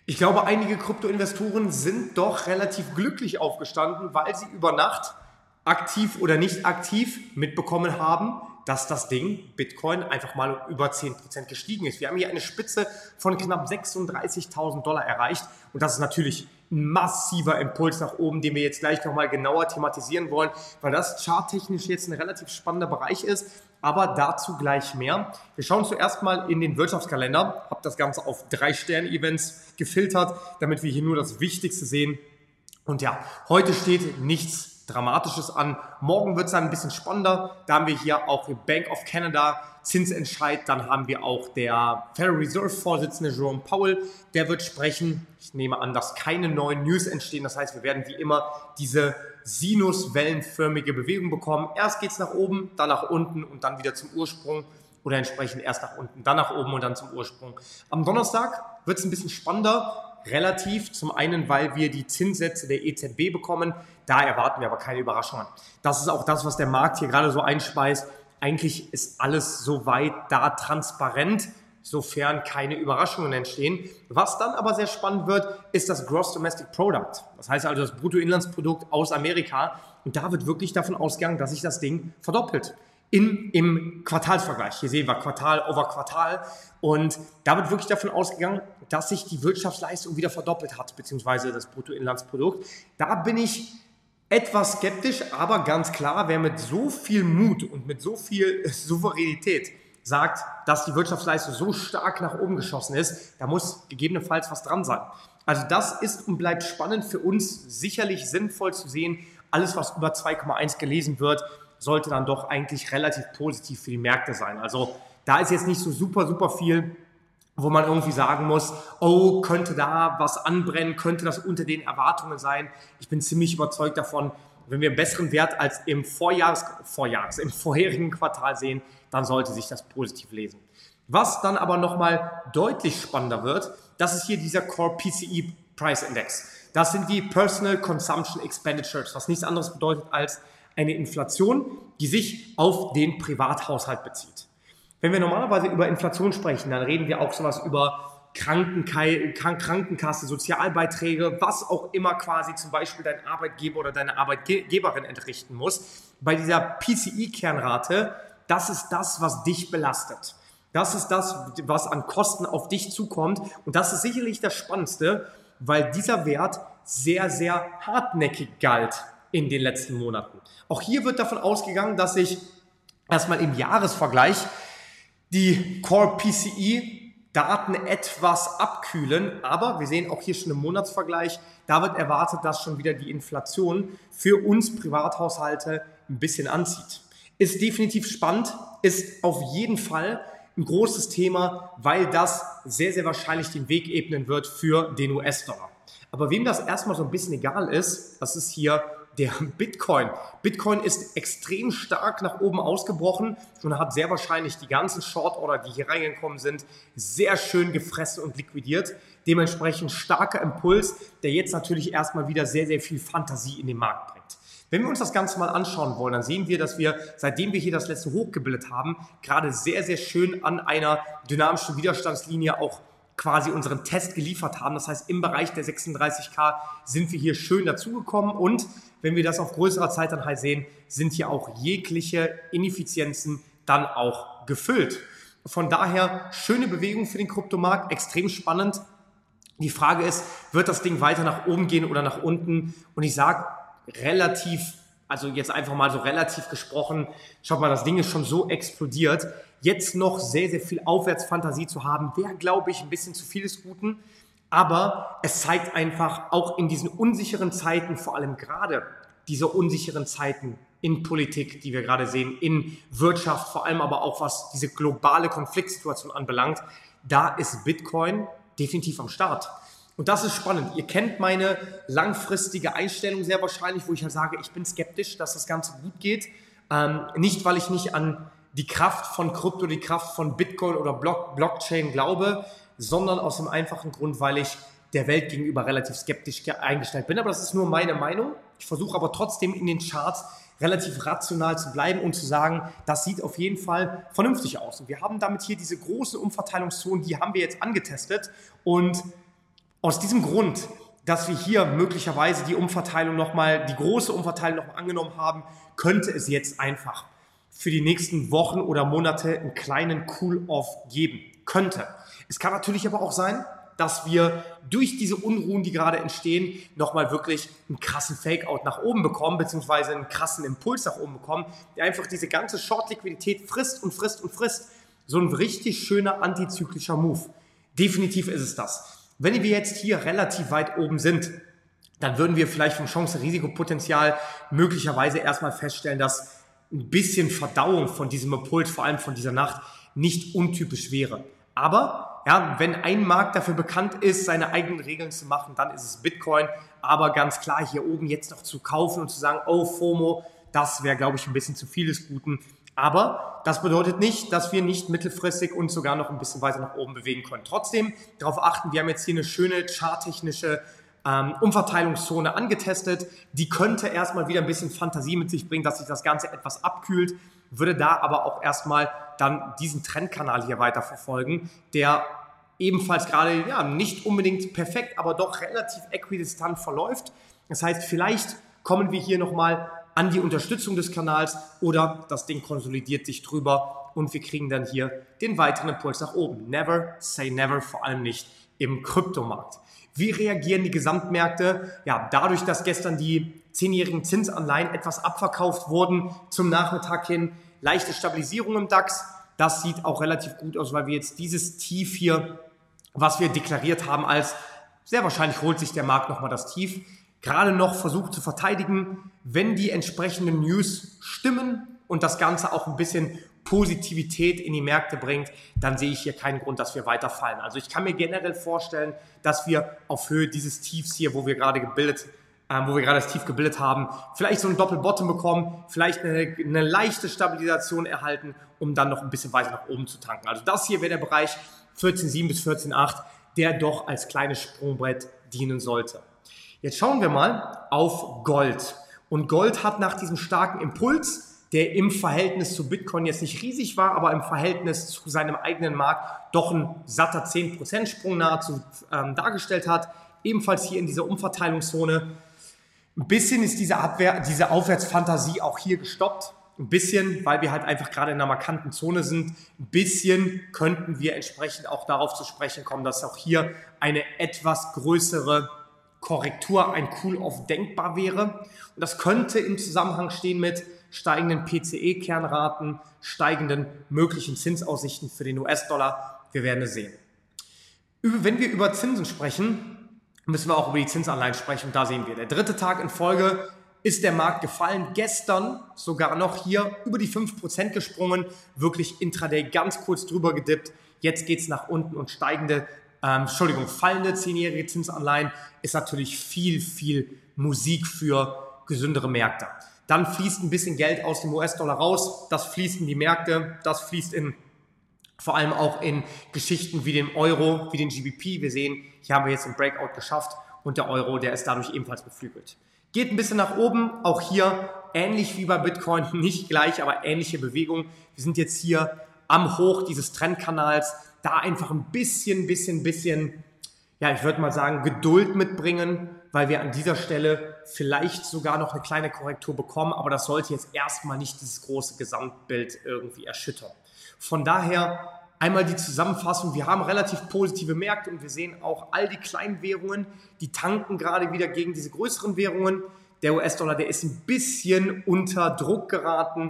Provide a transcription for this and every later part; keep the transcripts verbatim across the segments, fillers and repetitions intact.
Ich glaube, einige Kryptoinvestoren sind doch relativ glücklich aufgestanden, weil sie über Nacht aktiv oder nicht aktiv mitbekommen haben, dass das Ding Bitcoin einfach mal um über zehn Prozent gestiegen ist. Wir haben hier eine Spitze von knapp sechsunddreißigtausend Dollar erreicht und das ist natürlich ein massiver Impuls nach oben, den wir jetzt gleich nochmal genauer thematisieren wollen, weil das charttechnisch jetzt ein relativ spannender Bereich ist, aber dazu gleich mehr. Wir schauen zuerst mal in den Wirtschaftskalender, habe das Ganze auf drei Sterne-Events gefiltert, damit wir hier nur das Wichtigste sehen. Und ja, heute steht nichts Dramatisches an. Morgen wird es dann ein bisschen spannender. Da haben wir hier auch die Bank of Canada Zinsentscheid. Dann haben wir auch der Federal Reserve Vorsitzende Jerome Powell. Der wird sprechen. Ich nehme an, dass keine neuen News entstehen. Das heißt, wir werden wie immer diese sinuswellenförmige Bewegung bekommen. Erst geht es nach oben, dann nach unten und dann wieder zum Ursprung. Oder entsprechend erst nach unten, dann nach oben und dann zum Ursprung. Am Donnerstag wird es ein bisschen spannender. Relativ, zum einen, weil wir die Zinssätze der E Z B bekommen, da erwarten wir aber keine Überraschungen. Das ist auch das, was der Markt hier gerade so einspeist. Eigentlich ist alles soweit da transparent, sofern keine Überraschungen entstehen. Was dann aber sehr spannend wird, ist das Gross Domestic Product. Das heißt also das Bruttoinlandsprodukt aus Amerika. Und da wird wirklich davon ausgegangen, dass sich das Ding verdoppelt. In, im Quartalsvergleich. Hier sehen wir Quartal over Quartal und da wird wirklich davon ausgegangen, dass sich die Wirtschaftsleistung wieder verdoppelt hat, beziehungsweise das Bruttoinlandsprodukt. Da bin ich etwas skeptisch, aber ganz klar, wer mit so viel Mut und mit so viel Souveränität sagt, dass die Wirtschaftsleistung so stark nach oben geschossen ist, da muss gegebenenfalls was dran sein. Also das ist und bleibt spannend für uns, sicherlich sinnvoll zu sehen. Alles, was über zwei Komma eins gelesen wird, sollte dann doch eigentlich relativ positiv für die Märkte sein. Also da ist jetzt nicht so super, super viel, wo man irgendwie sagen muss, oh, könnte da was anbrennen, könnte das unter den Erwartungen sein. Ich bin ziemlich überzeugt davon, wenn wir einen besseren Wert als im Vorjahres, Vorjahres, im vorherigen Quartal sehen, dann sollte sich das positiv lesen. Was dann aber nochmal deutlich spannender wird, das ist hier dieser Core P C E Price Index. Das sind die Personal Consumption Expenditures, was nichts anderes bedeutet als eine Inflation, die sich auf den Privathaushalt bezieht. Wenn wir normalerweise über Inflation sprechen, dann reden wir auch sowas über Krankenkai- Krankenkasse, Sozialbeiträge, was auch immer quasi zum Beispiel dein Arbeitgeber oder deine Arbeitgeberin entrichten muss. Bei dieser P C E-Kernrate, das ist das, was dich belastet. Das ist das, was an Kosten auf dich zukommt. Und das ist sicherlich das Spannendste, weil dieser Wert sehr, sehr hartnäckig galt in den letzten Monaten. Auch hier wird davon ausgegangen, dass sich erstmal im Jahresvergleich die Core P C E-Daten etwas abkühlen, aber wir sehen auch hier schon im Monatsvergleich, da wird erwartet, dass schon wieder die Inflation für uns Privathaushalte ein bisschen anzieht. Ist definitiv spannend, ist auf jeden Fall ein großes Thema, weil das sehr, sehr wahrscheinlich den Weg ebnen wird für den U S-Dollar. Aber wem das erstmal so ein bisschen egal ist, das ist hier der Bitcoin. Bitcoin ist extrem stark nach oben ausgebrochen und hat sehr wahrscheinlich die ganzen Short-Order, die hier reingekommen sind, sehr schön gefressen und liquidiert. Dementsprechend starker Impuls, der jetzt natürlich erstmal wieder sehr, sehr viel Fantasie in den Markt bringt. Wenn wir uns das Ganze mal anschauen wollen, dann sehen wir, dass wir, seitdem wir hier das letzte Hoch gebildet haben, gerade sehr, sehr schön an einer dynamischen Widerstandslinie auch quasi unseren Test geliefert haben. Das heißt, im Bereich der sechsunddreißig K sind wir hier schön dazugekommen und wenn wir das auf größerer Zeit dann halt sehen, sind hier auch jegliche Ineffizienzen dann auch gefüllt. Von daher schöne Bewegung für den Kryptomarkt, extrem spannend. Die Frage ist, wird das Ding weiter nach oben gehen oder nach unten? Und ich sage relativ, also jetzt einfach mal so relativ gesprochen, schaut mal, das Ding ist schon so explodiert. Jetzt noch sehr, sehr viel Aufwärtsfantasie zu haben, wäre, glaube ich, ein bisschen zu viel des Guten. Aber es zeigt einfach auch in diesen unsicheren Zeiten, vor allem gerade diese unsicheren Zeiten in Politik, die wir gerade sehen, in Wirtschaft, vor allem aber auch was diese globale Konfliktsituation anbelangt, da ist Bitcoin definitiv am Start. Und das ist spannend. Ihr kennt meine langfristige Einstellung sehr wahrscheinlich, wo ich ja sage, ich bin skeptisch, dass das Ganze gut geht. Ähm, nicht, weil ich nicht an die Kraft von Krypto, die Kraft von Bitcoin oder Block, Blockchain glaube, sondern aus dem einfachen Grund, weil ich der Welt gegenüber relativ skeptisch eingestellt bin. Aber das ist nur meine Meinung. Ich versuche aber trotzdem in den Charts relativ rational zu bleiben und zu sagen, das sieht auf jeden Fall vernünftig aus. Und wir haben damit hier diese großen Umverteilungszonen, die haben wir jetzt angetestet und Aus diesem Grund, dass wir hier möglicherweise die Umverteilung nochmal, die große Umverteilung nochmal angenommen haben, könnte es jetzt einfach für die nächsten Wochen oder Monate einen kleinen Cool-Off geben. Könnte. Es kann natürlich aber auch sein, dass wir durch diese Unruhen, die gerade entstehen, nochmal wirklich einen krassen Fake-Out nach oben bekommen, beziehungsweise einen krassen Impuls nach oben bekommen, der einfach diese ganze Short-Liquidität frisst und frisst und frisst. So ein richtig schöner antizyklischer Move. Definitiv ist es das. Wenn wir jetzt hier relativ weit oben sind, dann würden wir vielleicht vom Chance-Risikopotenzial möglicherweise erstmal feststellen, dass ein bisschen Verdauung von diesem Impuls, vor allem von dieser Nacht, nicht untypisch wäre. Aber ja, wenn ein Markt dafür bekannt ist, seine eigenen Regeln zu machen, dann ist es Bitcoin. Aber ganz klar, hier oben jetzt noch zu kaufen und zu sagen, oh FOMO, das wäre, glaube ich, ein bisschen zu viel des Guten. Aber das bedeutet nicht, dass wir nicht mittelfristig uns sogar noch ein bisschen weiter nach oben bewegen können. Trotzdem darauf achten, wir haben jetzt hier eine schöne charttechnische ähm, Umverteilungszone angetestet. Die könnte erstmal wieder ein bisschen Fantasie mit sich bringen, dass sich das Ganze etwas abkühlt. Würde da aber auch erstmal dann diesen Trendkanal hier weiter verfolgen, der ebenfalls gerade ja nicht unbedingt perfekt, aber doch relativ äquidistant verläuft. Das heißt, vielleicht kommen wir hier nochmal an die Unterstützung des Kanals oder das Ding konsolidiert sich drüber und wir kriegen dann hier den weiteren Impuls nach oben. Never say never, vor allem nicht im Kryptomarkt. Wie reagieren die Gesamtmärkte? Ja, dadurch, dass gestern die zehnjährigen Zinsanleihen etwas abverkauft wurden zum Nachmittag hin, leichte Stabilisierung im DAX. Das sieht auch relativ gut aus, weil wir jetzt dieses Tief hier, was wir deklariert haben, als sehr wahrscheinlich holt sich der Markt nochmal das Tief, gerade noch versucht zu verteidigen. Wenn die entsprechenden News stimmen und das Ganze auch ein bisschen Positivität in die Märkte bringt, dann sehe ich hier keinen Grund, dass wir weiterfallen. Also ich kann mir generell vorstellen, dass wir auf Höhe dieses Tiefs hier, wo wir gerade gebildet, äh, wo wir gerade das Tief gebildet haben, vielleicht so ein Doppelbottom bekommen, vielleicht eine, eine leichte Stabilisation erhalten, um dann noch ein bisschen weiter nach oben zu tanken. Also das hier wäre der Bereich vierzehn Komma sieben bis vierzehn Komma acht, der doch als kleines Sprungbrett dienen sollte. Jetzt schauen wir mal auf Gold. Und Gold hat nach diesem starken Impuls, der im Verhältnis zu Bitcoin jetzt nicht riesig war, aber im Verhältnis zu seinem eigenen Markt doch ein satter zehn Prozent Sprung nahezu ähm, dargestellt hat. Ebenfalls hier in dieser Umverteilungszone. Ein bisschen ist diese, Abwehr, diese Aufwärtsfantasie auch hier gestoppt. Ein bisschen, weil wir halt einfach gerade in einer markanten Zone sind. Ein bisschen könnten wir entsprechend auch darauf zu sprechen kommen, dass auch hier eine etwas größere Korrektur, ein Cool-Off denkbar wäre. Und das könnte im Zusammenhang stehen mit steigenden P C E-Kernraten, steigenden möglichen Zinsaussichten für den U S-Dollar. Wir werden es sehen. Wenn wir über Zinsen sprechen, müssen wir auch über die Zinsanleihen sprechen. Und da sehen wir, der dritte Tag in Folge ist der Markt gefallen. Gestern sogar noch hier über die fünf Prozent gesprungen, wirklich intraday ganz kurz drüber gedippt. Jetzt geht es nach unten und steigende Ähm, Entschuldigung, fallende zehnjährige Zinsanleihen ist natürlich viel, viel Musik für gesündere Märkte. Dann fließt ein bisschen Geld aus dem U S-Dollar raus, das fließt in die Märkte, das fließt in, vor allem auch in Geschichten wie den Euro, wie den G B P. Wir sehen, hier haben wir jetzt einen Breakout geschafft und der Euro, der ist dadurch ebenfalls beflügelt. Geht ein bisschen nach oben, auch hier ähnlich wie bei Bitcoin, nicht gleich, aber ähnliche Bewegung. Wir sind jetzt hier am Hoch dieses Trendkanals, da einfach ein bisschen, bisschen, bisschen, ja, ich würde mal sagen, Geduld mitbringen, weil wir an dieser Stelle vielleicht sogar noch eine kleine Korrektur bekommen, aber das sollte jetzt erstmal nicht dieses große Gesamtbild irgendwie erschüttern. Von daher einmal die Zusammenfassung, wir haben relativ positive Märkte und wir sehen auch all die kleinen Währungen, die tanken gerade wieder gegen diese größeren Währungen. Der U S-Dollar, der ist ein bisschen unter Druck geraten,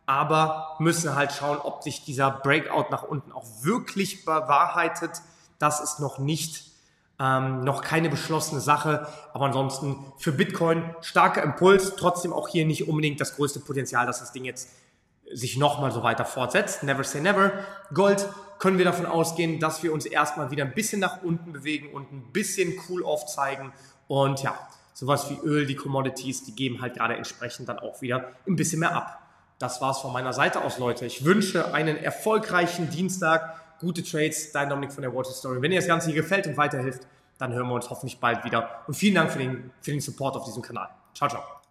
aber müssen halt schauen, ob sich dieser Breakout nach unten auch wirklich bewahrheitet. Das ist noch nicht, ähm, noch keine beschlossene Sache, aber ansonsten für Bitcoin starker Impuls, trotzdem auch hier nicht unbedingt das größte Potenzial, dass das Ding jetzt sich nochmal so weiter fortsetzt. Never say never. Gold können wir davon ausgehen, dass wir uns erstmal wieder ein bisschen nach unten bewegen und ein bisschen Cool-Off zeigen und ja, sowas wie Öl, die Commodities, die geben halt gerade entsprechend dann auch wieder ein bisschen mehr ab. Das war's von meiner Seite aus, Leute. Ich wünsche einen erfolgreichen Dienstag, gute Trades, dein Dominik von der Water Story. Wenn dir das Ganze hier gefällt und weiterhilft, dann hören wir uns hoffentlich bald wieder. Und vielen Dank für den, für den Support auf diesem Kanal. Ciao, ciao.